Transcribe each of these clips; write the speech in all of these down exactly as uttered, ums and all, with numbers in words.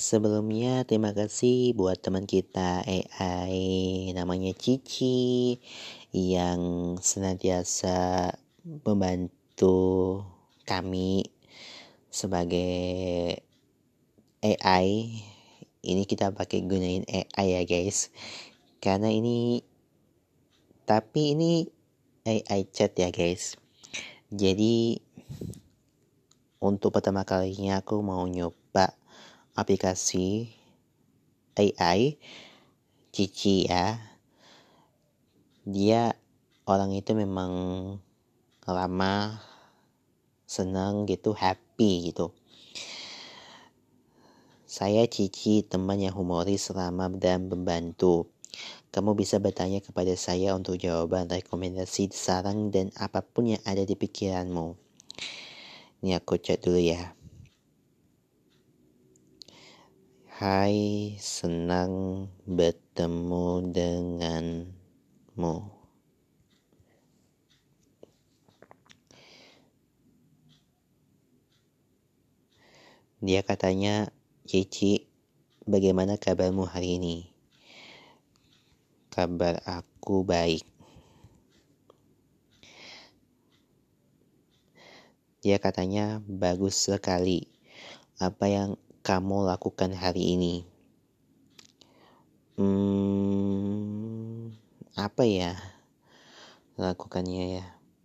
Sebelumnya terima kasih buat teman kita A I namanya Cici yang senantiasa membantu kami sebagai A I. Ini kita pakai gunain A I ya guys, karena ini tapi ini A I chat ya guys. Jadi untuk pertama kalinya aku mau nyoba aplikasi A I Cici ya. Dia orang itu memang lama, senang gitu, happy gitu. Saya Cici, teman yang humoris, ramah dan membantu. Kamu bisa bertanya kepada saya untuk jawaban, rekomendasi, saran, dan apapun yang ada di pikiranmu. Ini aku chat dulu ya. Hai, senang bertemu denganmu. Dia katanya, Cici, bagaimana kabarmu hari ini? Kabar aku baik. Dia katanya, bagus sekali. Apa yang kamu lakukan hari ini? Hmm, apa ya lakukannya ya?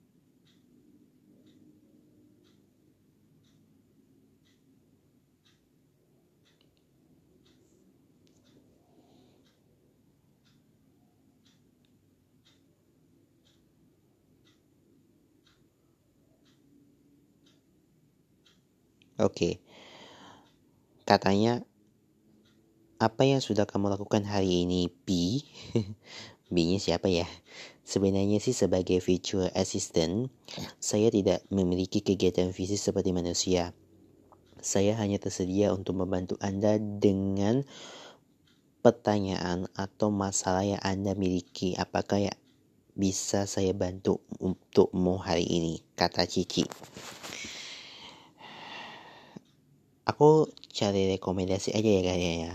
Oke. Katanya, apa yang sudah kamu lakukan hari ini, B? B-nya siapa ya? Sebenarnya sih sebagai virtual assistant, saya tidak memiliki kegiatan fisik seperti manusia. Saya hanya tersedia untuk membantu Anda dengan pertanyaan atau masalah yang Anda miliki. Apakah ya bisa saya bantu untukmu hari ini? Kata Cici. Aku cari rekomendasi aja ya kayaknya ya.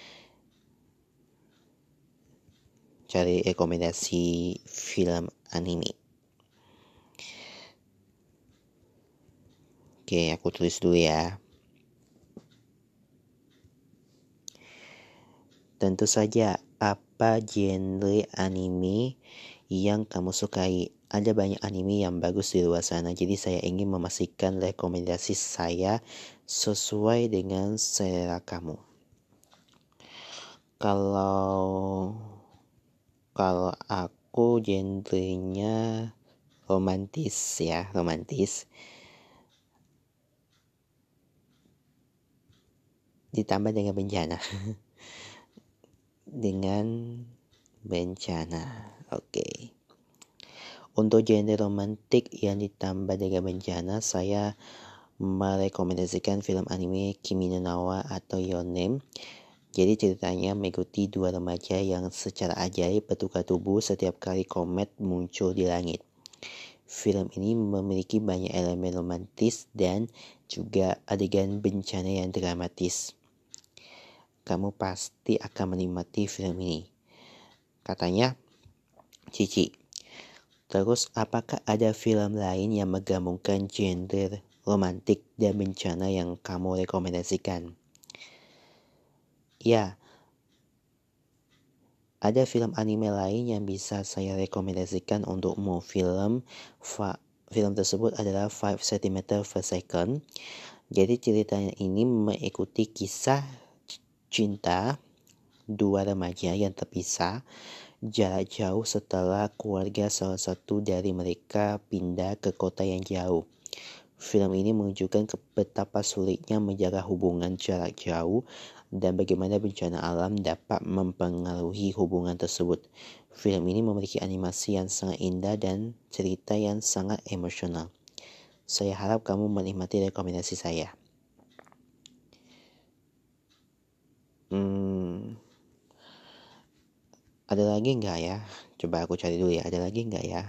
Cari rekomendasi film anime. Oke, aku tulis dulu ya. Tentu saja, apa genre anime yang kamu sukai? Ada banyak anime yang bagus di luar sana, jadi saya ingin memastikan rekomendasi saya sesuai dengan selera kamu. Kalau kalau aku genrenya romantis ya, romantis. Ditambah dengan bencana. dengan bencana. Oke. Okay. Untuk genre romantik yang ditambah dengan bencana, saya merekomendasikan film anime Kimi no Na wa atau Your Name. Jadi ceritanya mengikuti dua remaja yang secara ajaib bertukar tubuh setiap kali komet muncul di langit. Film ini memiliki banyak elemen romantis dan juga adegan bencana yang dramatis. Kamu pasti akan menikmati film ini, katanya Cici. Terus apakah ada film lain yang menggabungkan genre romantik dan bencana yang kamu rekomendasikan? Ya, ada film anime lain yang bisa saya rekomendasikan untukmu. Film fa- film tersebut adalah five centimeter per second. Jadi ceritanya ini mengikuti kisah cinta dua remaja yang terpisah jarak jauh setelah keluarga salah satu dari mereka pindah ke kota yang jauh. Film ini menunjukkan betapa sulitnya menjaga hubungan jarak jauh dan bagaimana bencana alam dapat mempengaruhi hubungan tersebut. Film ini memiliki animasi yang sangat indah dan cerita yang sangat emosional. Saya harap kamu menikmati rekomendasi saya. Hmm, ada lagi nggak ya? Coba aku cari dulu ya. Ada lagi nggak ya?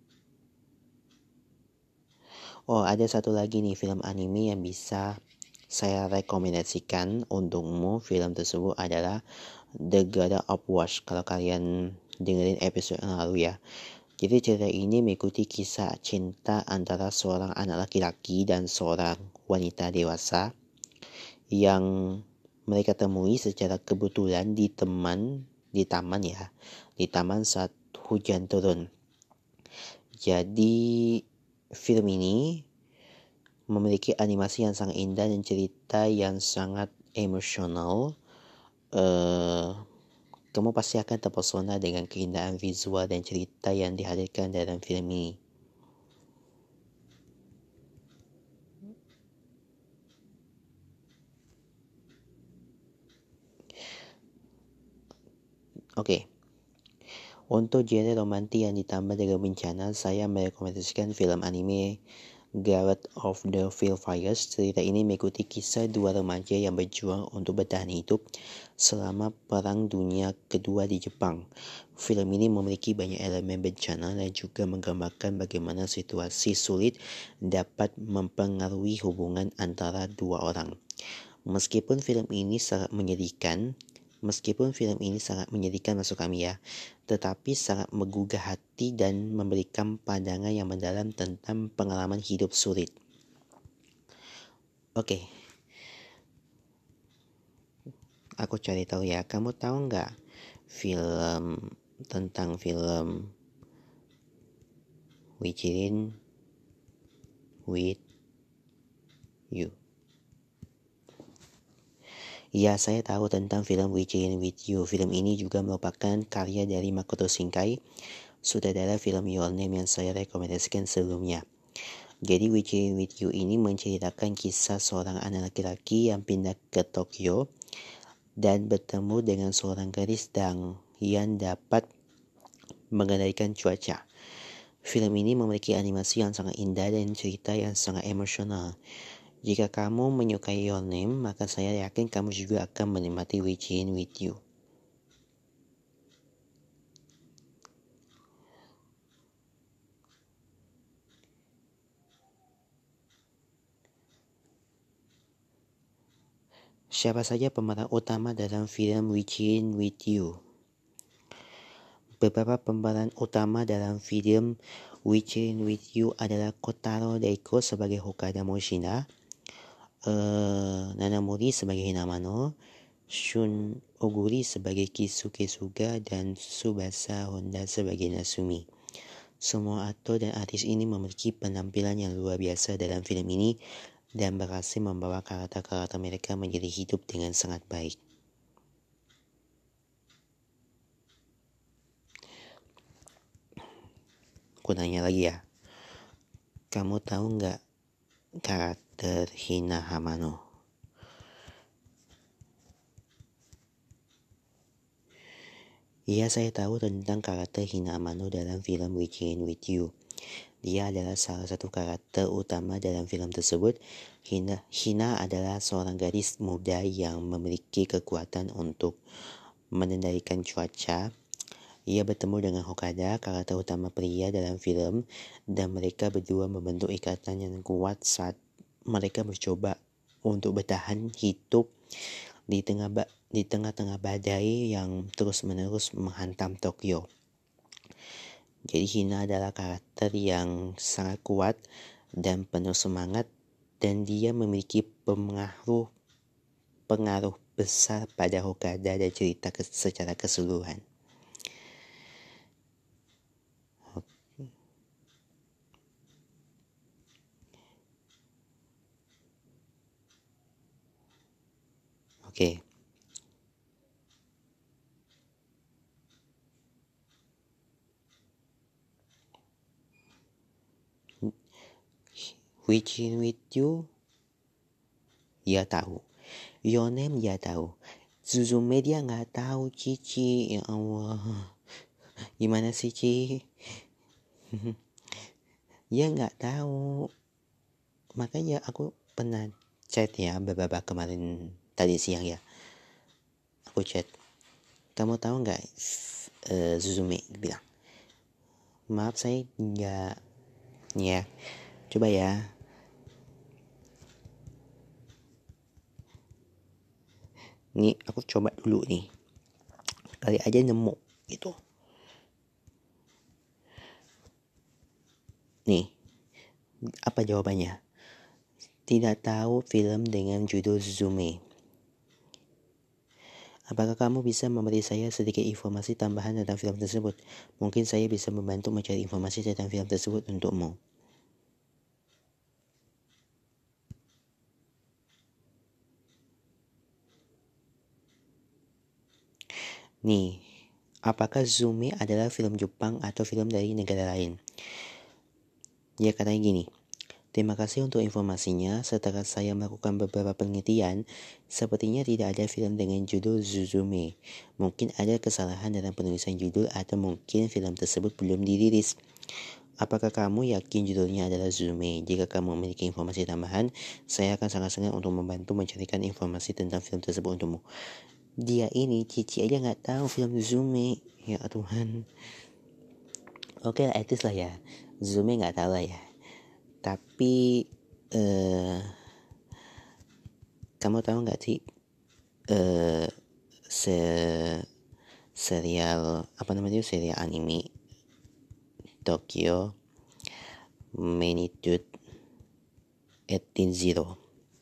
Oh, ada satu lagi nih film anime yang bisa saya rekomendasikan untukmu film tersebut adalah The God of War. Kalau kalian dengerin episode yang lalu ya. Jadi cerita ini mengikuti kisah cinta antara seorang anak laki-laki dan seorang wanita dewasa yang mereka temui secara kebetulan di teman di taman ya, di taman saat hujan turun. Jadi film ini memiliki animasi yang sangat indah dan cerita yang sangat emosional. Uh, kamu pasti akan terpesona dengan keindahan visual dan cerita yang dihadirkan dalam film ini. Oke. Okay. Untuk genre romantis yang ditambah dengan bencana, saya merekomendasikan film anime God of the Fires. Cerita ini mengikuti kisah dua remaja yang berjuang untuk bertahan hidup selama Perang Dunia Kedua di Jepang. Film ini memiliki banyak elemen bencana dan juga menggambarkan bagaimana situasi sulit dapat mempengaruhi hubungan antara dua orang. Meskipun film ini sangat menyedihkan, Meskipun film ini sangat menyedihkan masuk kami ya, tetapi sangat menggugah hati dan memberikan pandangan yang mendalam tentang pengalaman hidup sulit. Oke, okay. Aku cari tahu ya, kamu tahu nggak film tentang film Within with You? Ya, saya tahu tentang film Within with You. Film ini juga merupakan karya dari Makoto Shinkai, sutradara film Your Name yang saya rekomendasikan sebelumnya. Jadi Within with You ini menceritakan kisah seorang anak laki-laki yang pindah ke Tokyo dan bertemu dengan seorang gadis dan yang dapat mengendalikan cuaca. Film ini memiliki animasi yang sangat indah dan cerita yang sangat emosional. Jika kamu menyukai Your Name, maka saya yakin kamu juga akan menikmati Within with You. Siapa saja pemeran utama dalam film Within with You? Beberapa pemeran utama dalam film Within with You adalah Kotaro Reiko sebagai Hokada Moshina, uh, Nanamori sebagai Hinamano, Shun Oguri sebagai Kisuke Suga, dan Tsubasa Honda sebagai Nasumi. Semua aktor dan artis ini memiliki penampilan yang luar biasa dalam film ini dan berhasil membawa karakter-karakter mereka menjadi hidup dengan sangat baik. Aku nanya lagi ya, kamu tahu nggak karakter Hina Hamano? Iya, saya tahu tentang karakter Hina Hamano dalam film Within with You. Dia adalah salah satu karakter utama dalam film tersebut. Hina, Hina adalah seorang gadis muda yang memiliki kekuatan untuk mengendalikan cuaca. Ia bertemu dengan Hokada, karakter utama pria dalam film, dan mereka berdua membentuk ikatan yang kuat saat mereka mencoba untuk bertahan hidup di tengah di tengah-tengah badai yang terus-menerus menghantam Tokyo. Jadi Hina adalah karakter yang sangat kuat dan penuh semangat, dan dia memiliki pengaruh pengaruh besar pada Hokada dan cerita secara keseluruhan. Oke. Within with You, ya tahu. Your Name, ya tahu. Suzume dia nggak tahu, Cici. Ya Allah, gimana sih, Ci? Dia nggak tahu. Makanya aku pernah chat ya beberapa kemarin tadi siang ya. Aku chat. Kamu tahu nggak? Uh, Suzume bilang, maaf saya nggak. Ya, coba ya. Nih aku coba dulu nih, kali aja nemu gitu. Nih, apa jawabannya? Tidak tahu film dengan judul Zume. Apakah kamu bisa memberi saya sedikit informasi tambahan tentang film tersebut? Mungkin saya bisa membantu mencari informasi tentang film tersebut untukmu. Nih, apakah Zume adalah film Jepang atau film dari negara lain? Dia katanya gini, terima kasih untuk informasinya. Setelah saya melakukan beberapa penelitian, sepertinya tidak ada film dengan judul Zuzume. Mungkin ada kesalahan dalam penulisan judul atau mungkin film tersebut belum dirilis. Apakah kamu yakin judulnya adalah Zuzume? Jika kamu memiliki informasi tambahan, saya akan sangat senang untuk membantu mencarikan informasi tentang film tersebut untukmu. Dia ini Cici aja nggak tahu film Zuzume. Ya Tuhan. Oke lah, etis lah ya. Zuzume nggak tahu lah ya. Tapi eh, kamu tahu nggak sih eh, se serial apa namanya serial anime Tokyo Magnitude delapan puluh?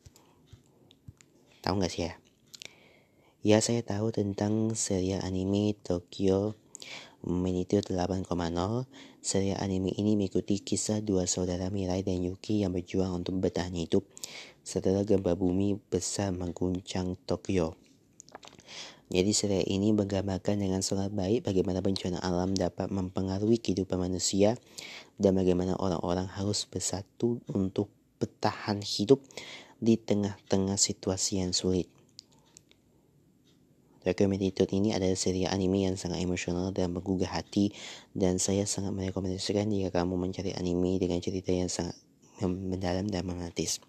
Tahu nggak sih ya? Ya, saya tahu tentang serial anime Tokyo Magnitude delapan koma nol. Serial anime ini mengikuti kisah dua saudara Mirai dan Yuki yang berjuang untuk bertahan hidup setelah gempa bumi besar mengguncang Tokyo. Jadi serial ini menggambarkan dengan sangat baik bagaimana bencana alam dapat mempengaruhi kehidupan manusia dan bagaimana orang-orang harus bersatu untuk bertahan hidup di tengah-tengah situasi yang sulit. Tokyo Magnitude ini adalah serial anime yang sangat emosional dan menggugah hati, dan saya sangat merekomendasikan jika kamu mencari anime dengan cerita yang sangat mendalam dan romantis.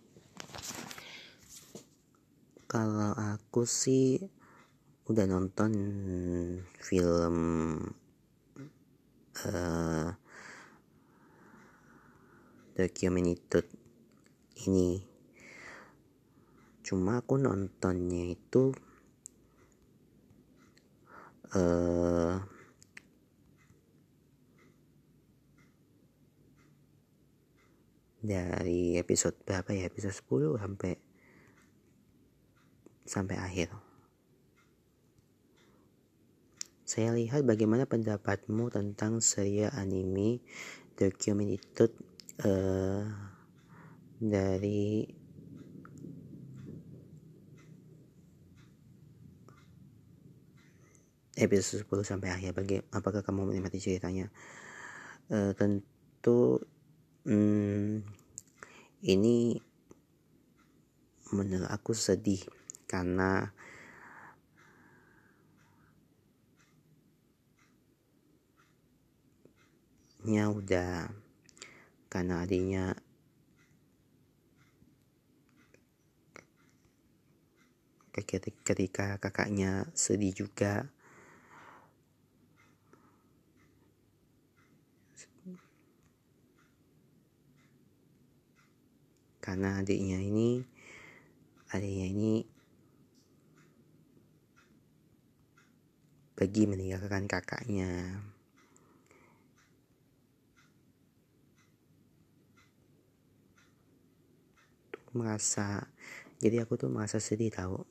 Kalau aku sih udah nonton film uh, Tokyo Magnitude ini, cuma aku nontonnya itu uh, dari episode berapa ya, episode sepuluh sampai sampai akhir. Saya lihat bagaimana pendapatmu tentang serial anime Tokyo Magnitude uh, dari episode sepuluh sampai akhir. Bagi, apakah kamu menikmati ceritanya? Uh, tentu hmm, ini menurut aku sedih karena nya udah karena adiknya ketika kakaknya sedih juga, karena adiknya ini adiknya ini pergi meninggalkan kakaknya. Tuh merasa, jadi aku tuh merasa sedih tahu.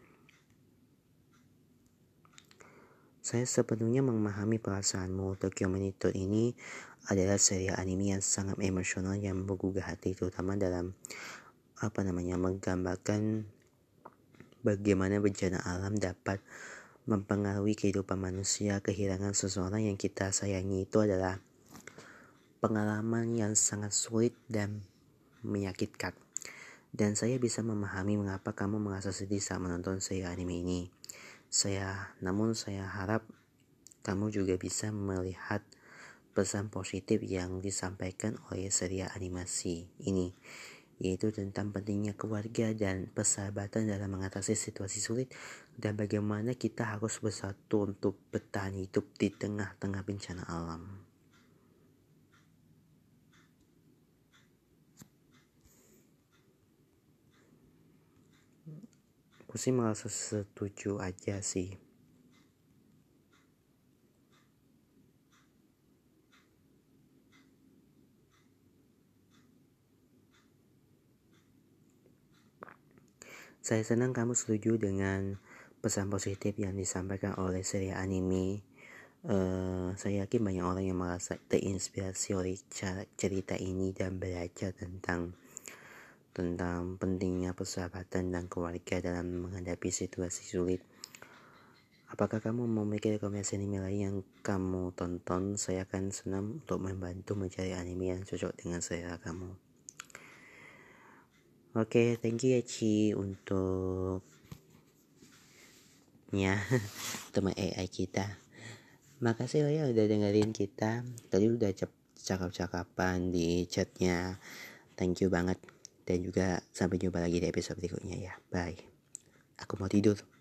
Saya sepenuhnya memahami perasaanmu. Tokyo Magnitude ini adalah serial anime yang sangat emosional yang menggugah hati, terutama dalam apa namanya menggambarkan bagaimana bencana alam dapat mempengaruhi kehidupan manusia. Kehilangan seseorang yang kita sayangi itu adalah pengalaman yang sangat sulit dan menyakitkan. Dan saya bisa memahami mengapa kamu merasa sedih saat menonton serial anime ini. Saya, namun saya harap kamu juga bisa melihat pesan positif yang disampaikan oleh serial animasi ini, yaitu tentang pentingnya keluarga dan persahabatan dalam mengatasi situasi sulit dan bagaimana kita harus bersatu untuk bertahan hidup di tengah-tengah bencana alam. Aku Aku sih merasa setuju aja sih. Saya senang kamu setuju dengan pesan positif yang disampaikan oleh serial anime. Uh, saya yakin banyak orang yang merasa terinspirasi oleh cerita ini dan belajar tentang tentang pentingnya persahabatan dan keluarga dalam menghadapi situasi sulit. Apakah kamu memiliki rekomendasi anime lain yang kamu tonton? Saya akan senang untuk membantu mencari anime yang cocok dengan selera kamu. Oke, okay, thank you ya Ci untuk ya teman A I kita. Makasih loh ya udah dengerin kita. Tadi udah cakap-cakapan di chatnya. Thank you banget. Dan juga sampai jumpa lagi di episode berikutnya ya. Bye. Aku mau tidur.